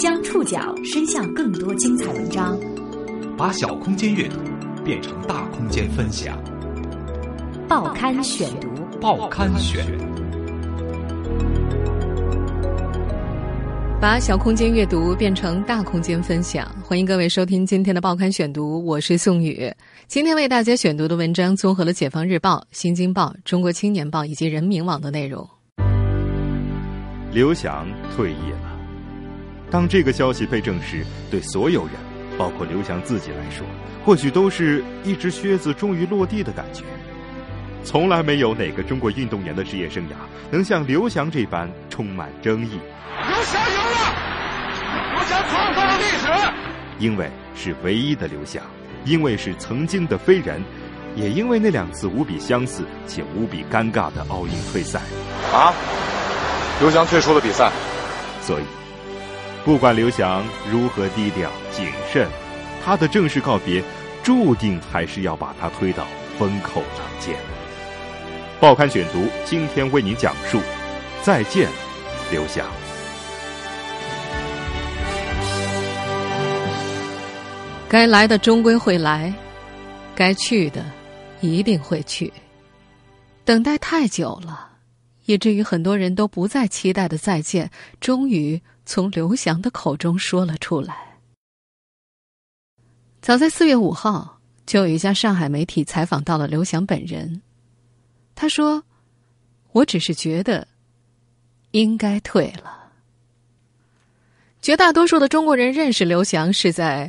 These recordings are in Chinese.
将触角伸向更多精彩文章， 把小空间阅读变成大空间分享。 报刊选读， 报刊选， 把小空间阅读变成大空间分享。欢迎各位收听今天的报刊选读，我是宋宇。今天为大家选读的文章综合了解放日报、新京报、中国青年报以及人民网的内容。 刘翔退役了。当这个消息被证实，对所有人，包括刘翔自己来说，或许都是一只靴子终于落地的感觉。从来没有哪个中国运动员的职业生涯能像刘翔这般充满争议。 刘翔赢了，刘翔创造了历史。 因为是唯一的刘翔，因为是曾经的飞人，也因为那2次无比相似且无比尴尬的奥运退赛。 刘翔退出了比赛。 所以不管刘翔如何低调谨慎，他的正式告别注定还是要把他推到风口浪尖。报刊选读今天为您讲述：再见，刘翔。 该来的终归会来，该去的一定会去。等待太久了，以至于很多人都不再期待的再见，终于从刘翔的口中说了出来。早在4月5号，就有一家上海媒体采访到了刘翔本人。他说：“我只是觉得应该退了。”绝大多数的中国人认识刘翔是在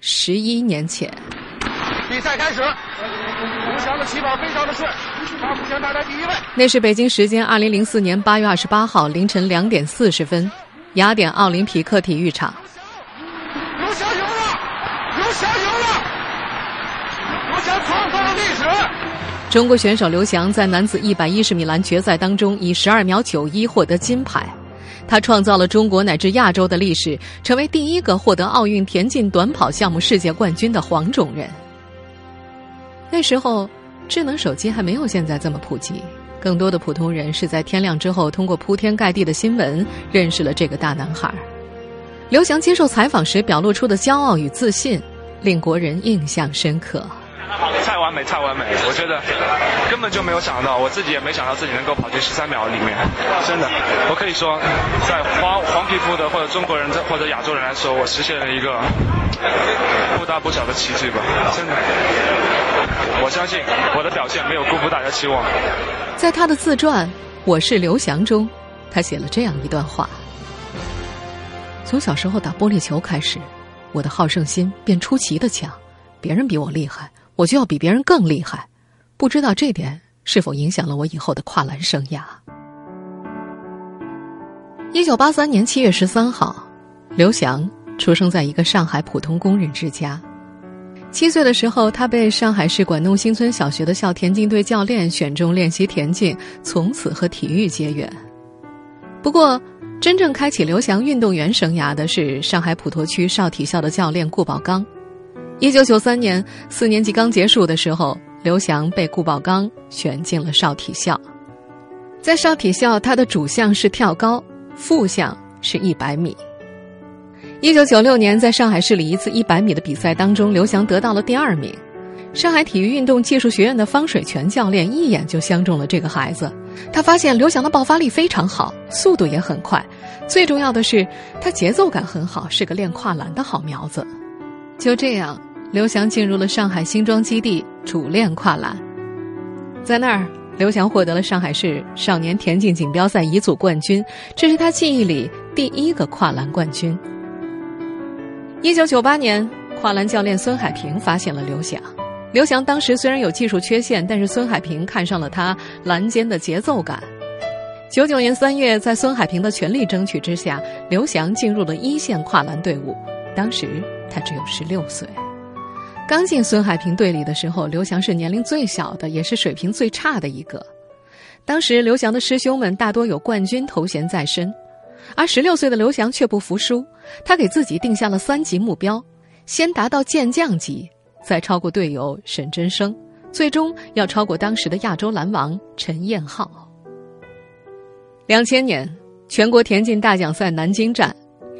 11年前。 比赛开始，刘翔的起跑非常的顺，他目前排在第1位。 那是北京时间2004年8月28号凌晨2点40分，雅典奥林匹克体育场。 刘翔赢了，刘翔赢了，刘翔创造了历史。 中国选手刘翔在男子110米栏决赛当中以12秒91获得金牌，他创造了中国乃至亚洲的历史，成为第一个获得奥运田径短跑项目世界冠军的黄种人。那时候智能手机还没有现在这么普及，更多的普通人是在天亮之后通过铺天盖地的新闻认识了这个大男孩。刘翔接受采访时表露出的骄傲与自信令国人印象深刻。 太完美，太完美！我觉得根本就没有想到，我自己也没想到自己能够跑进13秒里面。真的，我可以说，在黄皮肤的或者中国人或者亚洲人来说，我实现了一个不大不小的奇迹吧。真的，我相信我的表现没有辜负大家期望。 在他的自传《我是刘翔》中，他写了这样一段话：从小时候打玻璃球开始，我的好胜心便出奇的强，别人比我厉害，我就要比别人更厉害。不知道这点是否影响了我以后的跨栏生涯。1983年7月13号，刘翔出生在一个上海普通工人之家。7岁的时候，他被上海市管弄新村小学的校田径队教练选中练习田径，从此和体育结缘。不过真正开启刘翔运动员生涯的是上海普陀区少体校的教练顾宝刚。1993年4年级刚结束的时候，刘翔被顾宝刚选进了少体校。在少体校，他的主项是跳高，副项是100米。1996年在上海市里一次100米的比赛当中，刘翔得到了第2名。上海体育运动技术学院的方水泉教练一眼就相中了这个孩子，他发现刘翔的爆发力非常好，速度也很快，最重要的是他节奏感很好，是个练跨栏的好苗子。就这样，刘翔进入了上海新庄基地主练跨栏。在那儿，刘翔获得了上海市少年田径锦标赛乙组冠军，这是他记忆里第1个跨栏冠军。1998年，跨栏教练孙海平发现了刘翔。刘翔当时虽然有技术缺陷，但是孙海平看上了他栏间的节奏感。99年3月，在孙海平的全力争取之下，刘翔进入了1线跨栏队伍，当时他只有16岁。刚进孙海平队里的时候，刘翔是年龄最小的，也是水平最差的一个。当时刘翔的师兄们大多有冠军头衔在身，而16岁的刘翔却不服输，他给自己定下了3级目标，先达到健将级，再超过队友沈真生，最终要超过当时的亚洲栏王陈彦浩。2000年全国田径大奖赛南京站，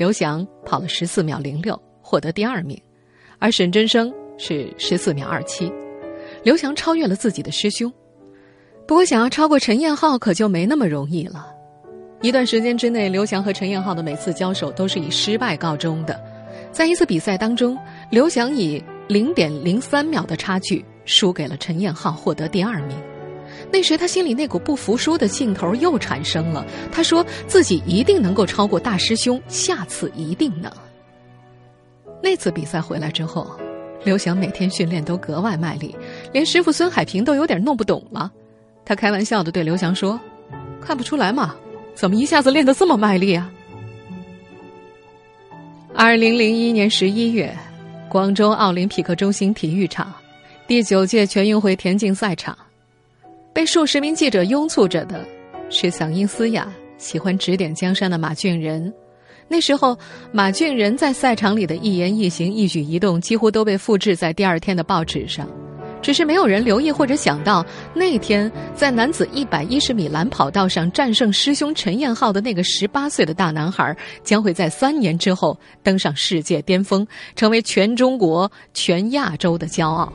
刘翔跑了14秒06，获得第2名，而沈真生是14秒27，刘翔超越了自己的师兄。不过想要超过陈彦浩可就没那么容易了。一段时间之内，刘翔和陈彦浩的每次交手都是以失败告终的。在一次比赛当中，刘翔以0.03秒的差距输给了陈彦浩，获得第2名。那时他心里那股不服输的劲头又产生了，他说自己一定能够超过大师兄，下次一定能。那次比赛回来之后，刘翔每天训练都格外卖力，连师傅孙海平都有点弄不懂了。他开玩笑地对刘翔说，看不出来嘛，怎么一下子练得这么卖力啊。2001年11月，广州奥林匹克中心体育场第9届全运会田径赛场，被数十名记者拥簇着的是嗓音嘶哑、喜欢指点江山的马俊仁。那时候马俊仁在赛场里的一言一行、一举一动几乎都被复制在第2天的报纸上，只是没有人留意或者想到，那天在男子110米栏跑道上战胜师兄陈彦浩的那个18岁的大男孩，将会在3年之后登上世界巅峰，成为全中国、全亚洲的骄傲。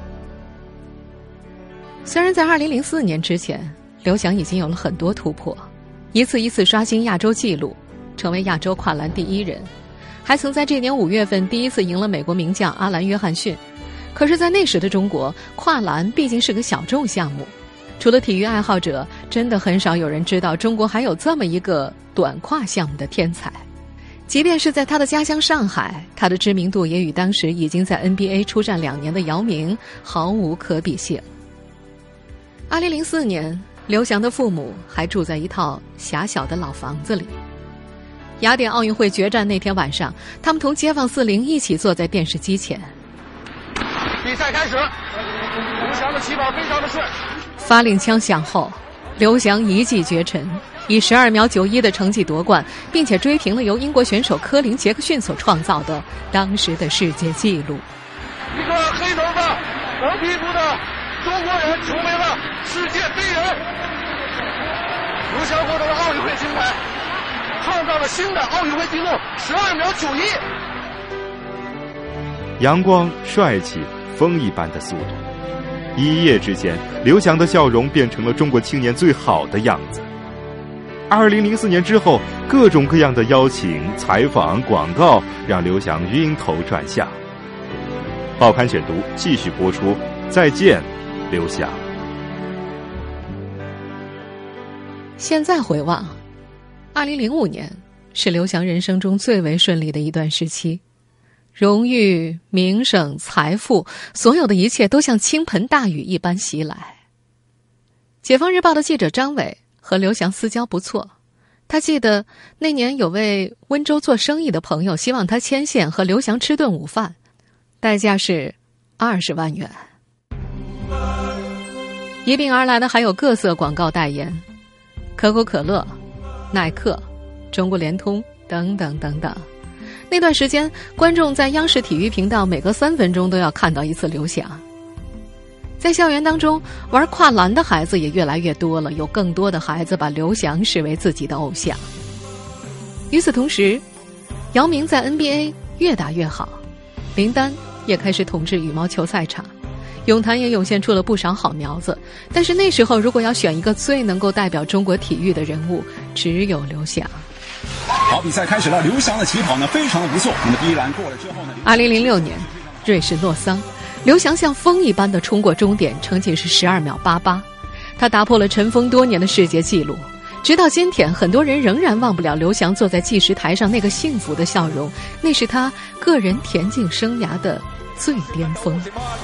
虽然在2004年之前，刘翔已经有了很多突破，一次一次刷新亚洲纪录，成为亚洲跨栏第1人，还曾在这年5月份第一次赢了美国名将阿兰·约翰逊。可是在那时的中国，跨栏毕竟是个小众项目，除了体育爱好者，真的很少有人知道中国还有这么一个短跨项目的天才。即便是在他的家乡上海，他的知名度也与当时已经在 NBA 出战2年的姚明毫无可比性。2004年，刘翔的父母还住在一套狭小的老房子里。雅典奥运会决战那天晚上，他们同街坊四邻一起坐在电视机前。 比赛开始，刘翔的起跑非常的顺。 发令枪响后，刘翔一骑绝尘，以12秒91的成绩夺冠，并且追平了由英国选手科林·杰克逊所创造的当时的世界纪录。 一个黑头发、黄皮肤的中国人成为了世界第一人。刘翔获得了奥运会金牌，创造了新的奥运会纪录12秒91。 阳光、帅气、风一般的速度，一夜之间，刘翔的笑容变成了中国青年最好的样子。2004年之后，各种各样的邀请、采访、广告让刘翔晕头转向。报刊选读继续播出，再见，刘翔。 现在回望，2005年是刘翔人生中最为顺利的一段时期。荣誉、名声、财富，所有的一切都像倾盆大雨一般袭来。解放日报的记者张伟和刘翔私交不错，他记得那年有位温州做生意的朋友希望他牵线和刘翔吃顿午饭，代价是20万元。一并而来的还有各色广告代言，可口可乐、耐克、中国联通等等等等。那段时间，观众在央视体育频道每隔3分钟都要看到一次刘翔。在校园当中，玩跨栏的孩子也越来越多了，有更多的孩子把刘翔视为自己的偶像。与此同时，姚明在 NBA 越打越好，林丹也开始统治羽毛球赛场，泳坛也涌现出了不少好苗子。但是那时候，如果要选一个最能够代表中国体育的人物，只有刘翔。 好，比赛开始了，刘翔的起跑呢非常的不错。那么第一栏过了之后呢 ，2006年瑞士诺桑，刘翔像风一般的冲过终点，成绩是12秒88，他打破了尘封多年的世界纪录。直到今天，很多人仍然忘不了刘翔坐在计时台上那个幸福的笑容，那是他个人田径生涯的最巅峰。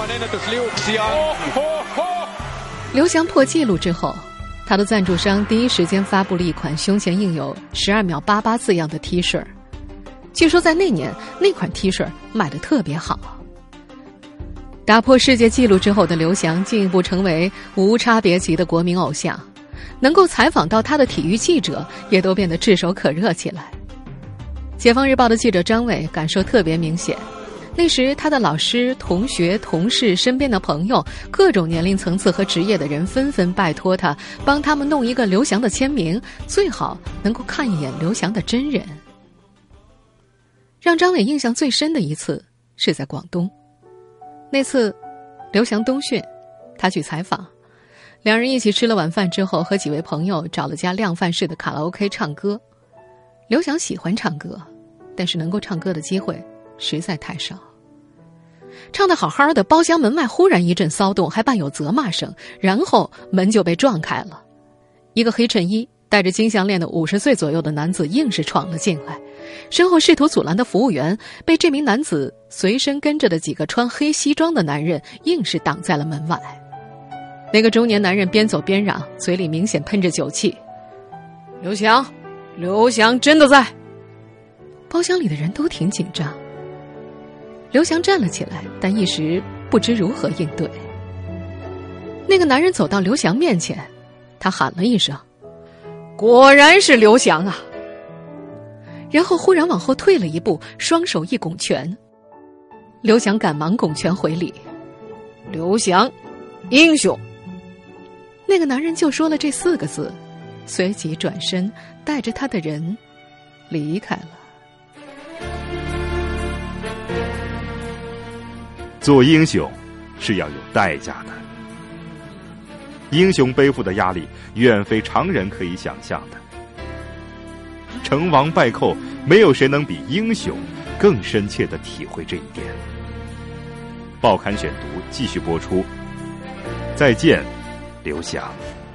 刘翔破纪录之后，他的赞助商第一时间发布了一款胸前印有12秒88字样的 T 恤，据说在那年那款 T 恤卖得特别好。打破世界纪录之后的刘翔进一步成为无差别级的国民偶像，能够采访到他的体育记者也都变得炙手可热起来。解放日报的记者张伟感受特别明显，那时他的老师、同学、同事、身边的朋友，各种年龄层次和职业的人纷纷拜托他帮他们弄一个刘翔的签名，最好能够看一眼刘翔的真人。 让张伟印象最深的一次是在广东。那次刘翔冬训，他去采访，两人一起吃了晚饭之后，和几位朋友找了家量贩式的卡拉 OK 唱歌。刘翔喜欢唱歌，但是能够唱歌的机会实在太少。唱得好好的，包厢门外忽然一阵骚动，还伴有责骂声，然后门就被撞开了。一个黑衬衣戴着金项链的50岁左右的男子硬是闯了进来，身后试图阻拦的服务员被这名男子随身跟着的几个穿黑西装的男人硬是挡在了门外。那个中年男人边走边嚷，嘴里明显喷着酒气：刘翔真的在。包厢里的人都挺紧张。刘翔站了起来，但一时不知如何应对。那个男人走到刘翔面前，他喊了一声：果然是刘翔啊！然后忽然往后退了一步，双手一拱拳。刘翔赶忙拱拳回礼：刘翔，英雄。那个男人就说了这4个字，随即转身带着他的人离开了。 做英雄是要有代价的，英雄背负的压力远非常人可以想象的。成王败寇，没有谁能比英雄更深切地体会这一点。报刊选读继续播出。再见，刘翔。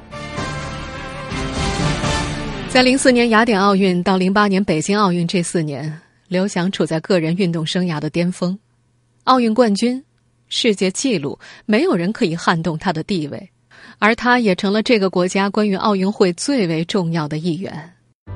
在04年雅典奥运到08年北京奥运这4年，刘翔处在个人运动生涯的巅峰。奥运冠军，世界纪录，没有人可以撼动他的地位，而他也成了这个国家关于奥运会最为重要的一员。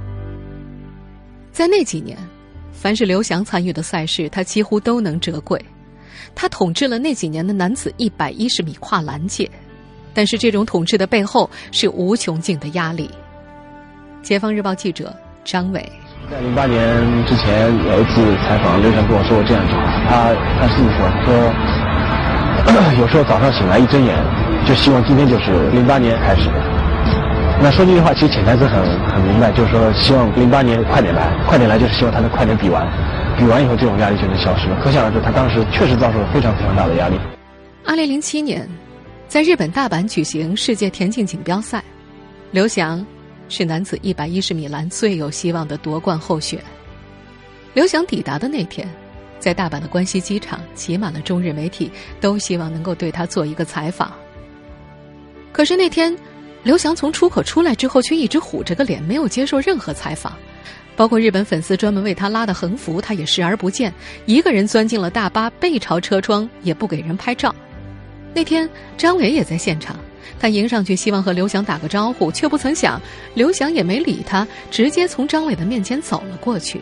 在那几年，凡是刘翔参与的赛事，他几乎都能折桂。他统治了那几年的男子110米跨栏界，但是这种统治的背后是无穷尽的压力。解放日报记者张伟。 在08年之前有一次采访，刘翔跟我说过这样一句话，他是这么说，他说有时候早上醒来一睁眼，就希望今天就是08年开始的。那说这句话其实潜台词很明白，就是说希望08年快点来就是希望他能快点比完以后这种压力就能消失了。可想而知，他当时确实遭受了非常非常大的压力。 2007年，在日本大阪举行世界田径锦标赛，刘翔是男子110米栏最有希望的夺冠候选。刘翔抵达的那天，在大阪的关西机场挤满了中日媒体，都希望能够对他做一个采访。可是那天刘翔从出口出来之后，却一直虎着个脸，没有接受任何采访。包括日本粉丝专门为他拉的横幅，他也视而不见，一个人钻进了大巴，背朝车窗，也不给人拍照。那天张伟也在现场，他迎上去希望和刘翔打个招呼，却不曾想刘翔也没理他，直接从张伟的面前走了过去。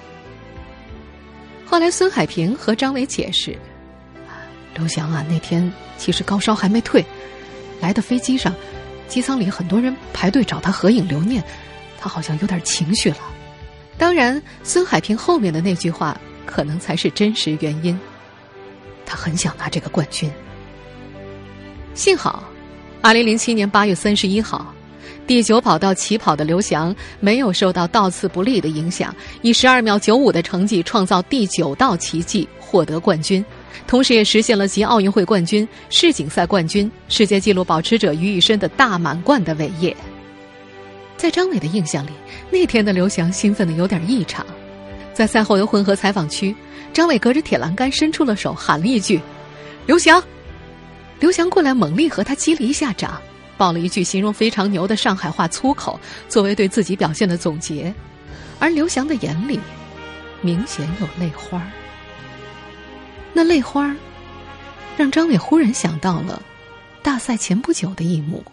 后来孙海平和张伟解释，刘翔啊，那天其实高烧还没退，来的飞机上机舱里很多人排队找他合影留念，他好像有点情绪了。当然孙海平后面的那句话可能才是真实原因，他很想拿这个冠军。幸好2007年8月31号，第9跑道起跑的刘翔没有受到道次不利的影响，以12秒95的成绩创造第9道奇迹，获得冠军，同时也实现了集奥运会冠军、世锦赛冠军、世界纪录保持者于一身的大满贯的伟业。在张伟的印象里，那天的刘翔兴奋得有点异常。在赛后的混合采访区，张伟隔着铁栏杆伸出了手，喊了一句：刘翔。刘翔过来猛力和他击了一下掌，爆了一句形容非常牛的上海话粗口，作为对自己表现的总结。而刘翔的眼里明显有泪花。那泪花让张伟忽然想到了大赛前不久的一幕。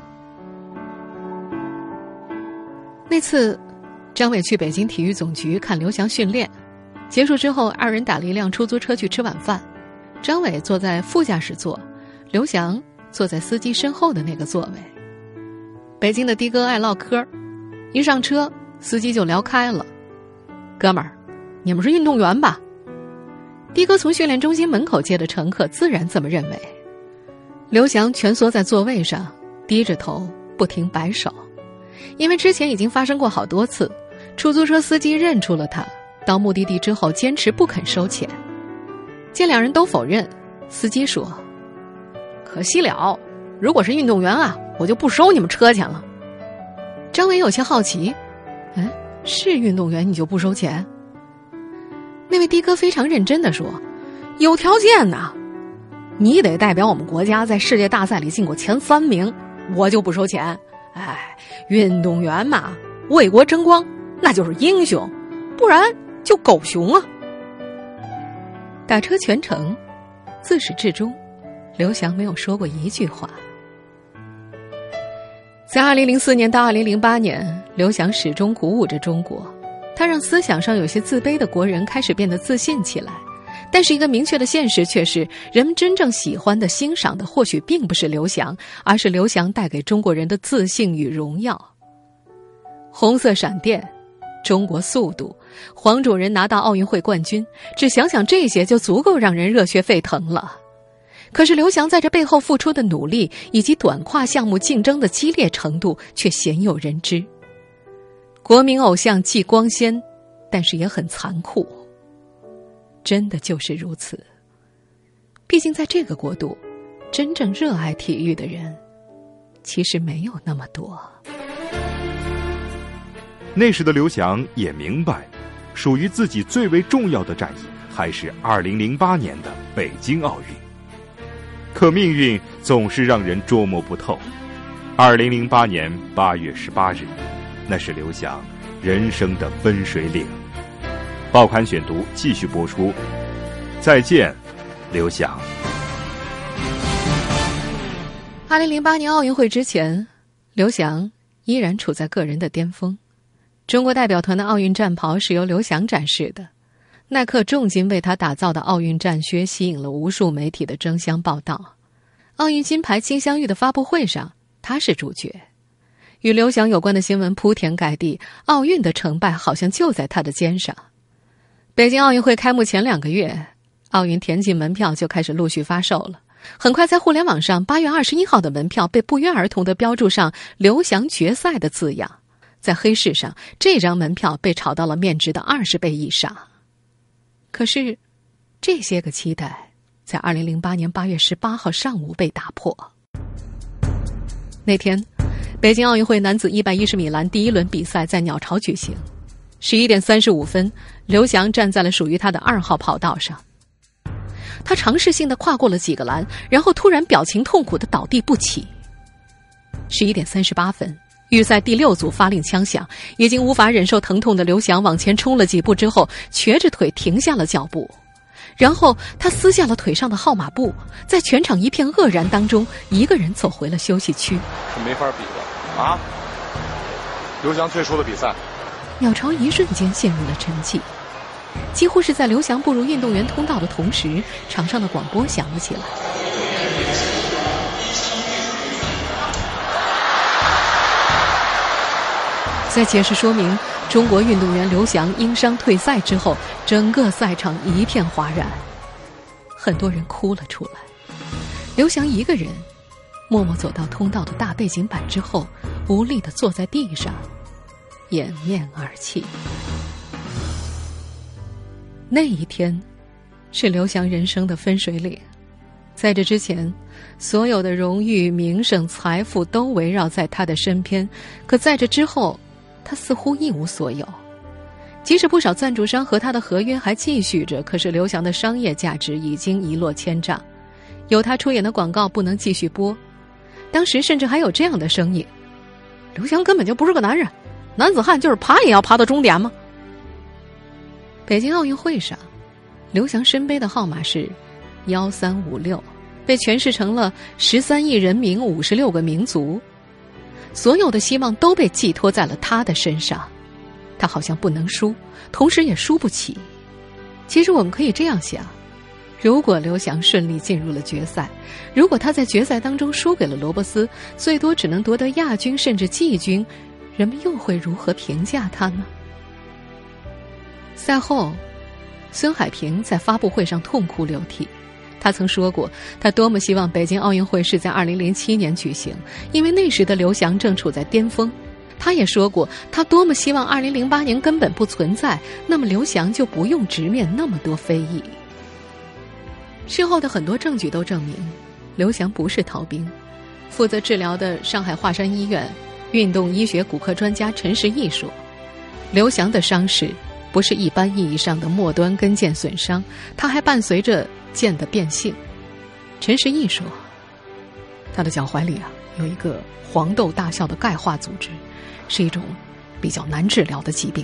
那次张伟去北京体育总局看刘翔训练，结束之后二人打了一辆出租车去吃晚饭，张伟坐在副驾驶座，刘翔坐在司机身后的那个座位。北京的的哥爱唠嗑，一上车司机就聊开了：哥们儿，你们是运动员吧？的哥从训练中心门口接的乘客自然这么认为。刘翔蜷缩在座位上，低着头不停摆手，因为之前已经发生过好多次，出租车司机认出了他， 到目的地之后坚持不肯收钱。见两人都否认，司机说：“可惜了，如果是运动员啊，我就不收你们车钱了。”张伟有些好奇：“是运动员你就不收钱？”那位的哥非常认真地说：“有条件呐，你得代表我们国家在世界大赛里进过前3名，我就不收钱。运动员嘛，为国争光，那就是英雄，不然就狗熊啊。”打车全程，自始至终，刘翔没有说过一句话。在2004年到2008年，刘翔始终鼓舞着中国，他让思想上有些自卑的国人开始变得自信起来。但是一个明确的现实却是，人们真正喜欢的、欣赏的，或许并不是刘翔，而是刘翔带给中国人的自信与荣耀。红色闪电，中国速度，黄种人拿到奥运会冠军，只想想这些就足够让人热血沸腾了。可是刘翔在这背后付出的努力，以及短跨项目竞争的激烈程度，却鲜有人知。国民偶像既光鲜，但是也很残酷。真的就是如此。毕竟在这个国度，真正热爱体育的人，其实没有那么多。 那时的刘翔也明白，属于自己最为重要的战役，还是2008年的北京奥运。可命运总是让人捉摸不透。2008年8月18日，那是刘翔人生的分水岭。报刊选读继续播出。再见，刘翔。 2008年奥运会之前，刘翔依然处在个人的巅峰。中国代表团的奥运战袍是由刘翔展示的，耐克重金为他打造的奥运战靴吸引了无数媒体的争相报道。奥运金牌金镶玉的发布会上，他是主角。与刘翔有关的新闻铺天盖地，奥运的成败好像就在他的肩上。北京奥运会开幕前2个月，奥运田径门票就开始陆续发售了。很快在互联网上，8月21号的门票被不约而同地标注上刘翔决赛的字样。在黑市上，这张门票被炒到了面值的20倍以上。可是这些个期待在2008年8月18号上午被打破。那天，北京奥运会男子110米栏第一轮比赛在鸟巢举行。11点35分，刘翔站在了属于他的2号跑道上。他尝试性地跨过了几个栏，然后突然表情痛苦地倒地不起。11点38分，预赛第6组发令枪响，已经无法忍受疼痛的刘翔往前冲了几步之后，瘸着腿停下了脚步。然后他撕下了腿上的号码布，在全场一片愕然当中，一个人走回了休息区。 是没法比了啊！刘翔退出了比赛。 鸟巢一瞬间陷入了沉寂，几乎是在刘翔步入运动员通道的同时，场上的广播响了起来。在解释说明中国运动员刘翔因伤退赛之后，整个赛场一片哗然，很多人哭了出来。刘翔一个人默默走到通道的大背景板之后，无力地坐在地上，掩面而泣。那一天是刘翔人生的分水岭。在这之前，所有的荣誉、名声、财富都围绕在他的身边，可在这之后，他似乎一无所有。即使不少赞助商和他的合约还继续着，可是刘翔的商业价值已经一落千丈。有他出演的广告不能继续播，当时甚至还有这样的声音：刘翔根本就不是个男人，男子汉就是爬也要爬到终点吗？北京奥运会上，刘翔身背的号码是1356，被诠释成了13亿人民56个民族，所有的希望都被寄托在了他的身上。他好像不能输，同时也输不起。其实我们可以这样想，如果刘翔顺利进入了决赛，如果他在决赛当中输给了罗伯斯，最多只能夺得亚军甚至季军，人们又会如何评价他呢？赛后，孙海平在发布会上痛哭流涕。他曾说过，他多么希望北京奥运会是在2007年举行，因为那时的刘翔正处在巅峰。 他也说过，他多么希望2008年根本不存在，那么刘翔就不用直面那么多非议。事后的很多证据都证明，刘翔不是逃兵。负责治疗的上海华山医院运动医学骨科专家陈时义说，刘翔的伤势不是一般意义上的末端跟腱损伤，他还伴随着腱的变性。陈时义说，他的脚踝里有一个黄豆大小的钙化组织，是一种比较难治疗的疾病。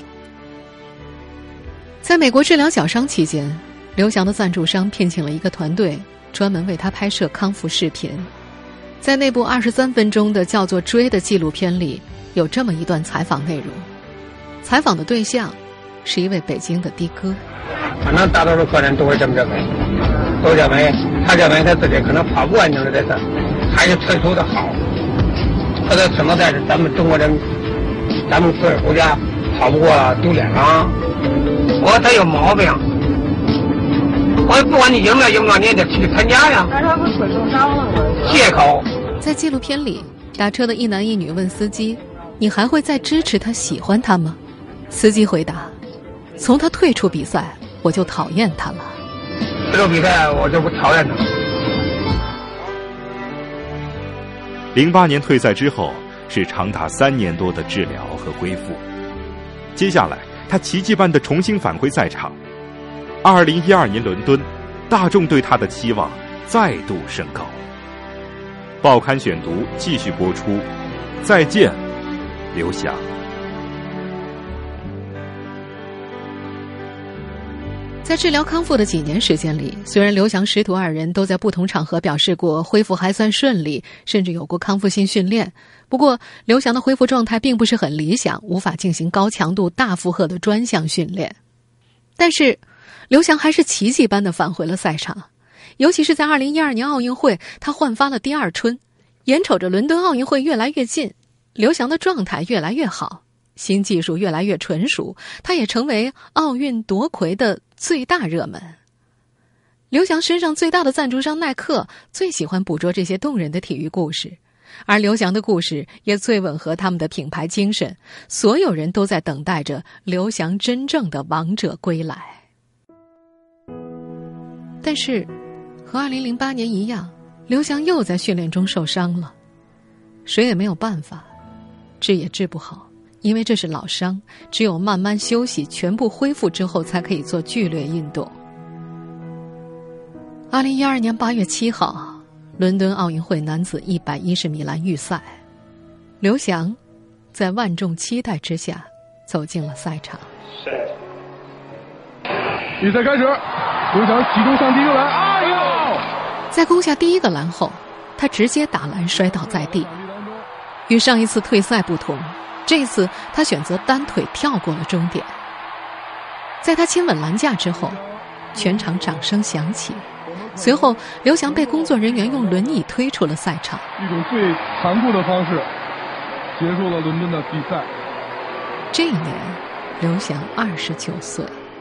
在美国治疗脚伤期间，刘翔的赞助商聘请了一个团队，专门为他拍摄康复视频。在那部23分钟的叫做《追》的纪录片里，有这么一段采访内容。采访的对象是一位北京的的哥。 反正大多数客人都会这么认为，都认为他自己可能跑不完成了这事，还是退出的好。他的可能在咱们中国人，咱们自个儿国家跑不过丢脸啊！我说他有毛病，我说不管你赢了，你也得去参加呀。但是他不腿受伤了吗？借口。 在纪录片里，打车的一男一女问司机：“你还会再支持他、喜欢他吗？”司机回答：“从他退出比赛，我就讨厌他了。 退出比赛，我就不讨厌他了。” 08年退赛之后，是长达3年多的治疗和恢复。接下来，他奇迹般的重新返回赛场。2012年伦敦，大众对他的期望再度升高。报刊选读继续播出。再见，刘翔。 在治疗康复的几年时间里，虽然刘翔师徒2人都在不同场合表示过恢复还算顺利，甚至有过康复性训练，不过刘翔的恢复状态并不是很理想，无法进行高强度大负荷的专项训练。但是刘翔还是奇迹般地返回了赛场，尤其是在2012年奥运会，他焕发了第二春。眼瞅着伦敦奥运会越来越近，刘翔的状态越来越好，新技术越来越纯熟，他也成为奥运夺魁的最大热门。刘翔身上最大的赞助商耐克最喜欢捕捉这些动人的体育故事，而刘翔的故事也最吻合他们的品牌精神，所有人都在等待着刘翔真正的王者归来。但是和2008年一样，刘翔又在训练中受伤了，谁也没有办法，治也治不好，因为这是老伤，只有慢慢休息，全部恢复之后才可以做剧烈运动。2012年8月7号，伦敦奥运会男子110米栏预赛，刘翔在万众期待之下走进了赛场。 比赛开始，刘翔启动上第一个篮，哎呦！ 在攻下第一个篮后，他直接打篮摔倒在地。与上一次退赛不同，这次他选择单腿跳过了终点。在他亲吻篮架之后，全场掌声响起。随后，刘翔被工作人员用轮椅推出了赛场。 一种最残酷的方式，结束了伦敦的比赛。 这一年，刘翔29岁。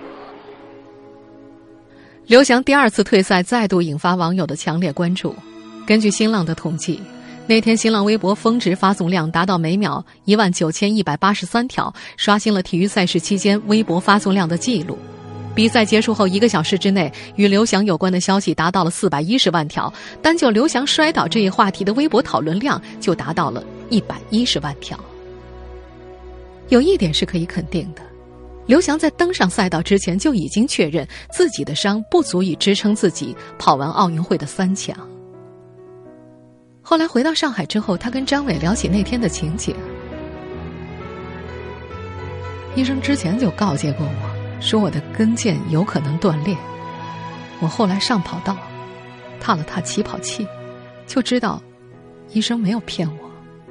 刘翔第二次退赛再度引发网友的强烈关注。根据新浪的统计，那天新浪微博峰值发送量达到每秒19183条，刷新了体育赛事期间微博发送量的记录。比赛结束后1个小时之内，与刘翔有关的消息达到了410万条，单就刘翔摔倒这一话题的微博讨论量就达到了110万条。有一点是可以肯定的，刘翔在登上赛道之前就已经确认自己的伤不足以支撑自己跑完奥运会的3强。后来回到上海之后，他跟张伟聊起那天的情景。医生之前就告诫过我，说我的跟腱有可能断裂。我后来上跑道，踏了踏起跑器，就知道医生没有骗我。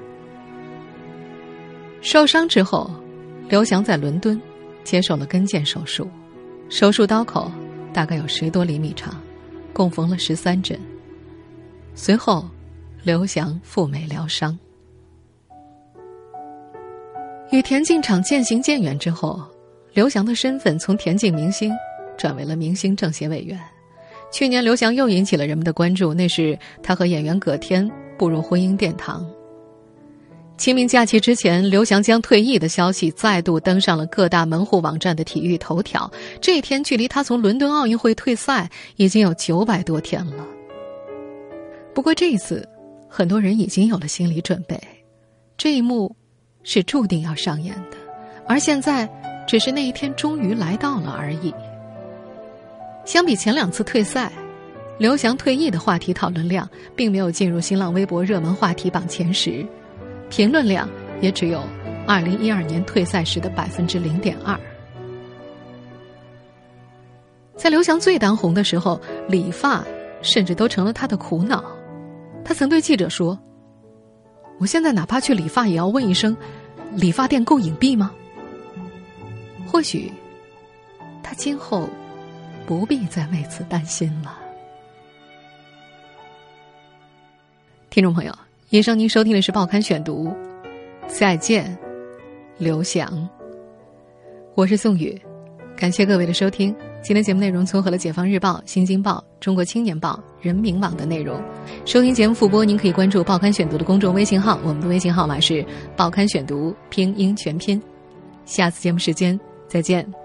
受伤之后，刘翔在伦敦接受了跟腱手术，手术刀口大概有10多厘米长，共缝了13针。随后刘翔赴美疗伤。与田径场渐行渐远之后，刘翔的身份从田径明星转为了明星政协委员。去年刘翔又引起了人们的关注，那是他和演员葛天步入婚姻殿堂。 清明假期之前，刘翔将退役的消息再度登上了各大门户网站的体育头条。这一天距离他从伦敦奥运会退赛已经有900多天了。不过这一次，很多人已经有了心理准备，这一幕是注定要上演的，而现在只是那一天终于来到了而已。相比前2次退赛，刘翔退役的话题讨论量并没有进入新浪微博热门话题榜前10，评论量也只有2012年退赛时的0.2%。在刘翔最当红的时候，理发甚至都成了他的苦恼。他曾对记者说：“我现在哪怕去理发也要问一声，理发店够隐蔽吗？”或许他今后不必再为此担心了。听众朋友，以上您收听的是报刊选读，再见刘翔。我是宋宇，感谢各位的收听。今天节目内容综合了解放日报、新京报、中国青年报、人民网的内容。收听节目复播，您可以关注报刊选读的公众微信号，我们的微信号码是报刊选读拼音全拼。下次节目时间再见。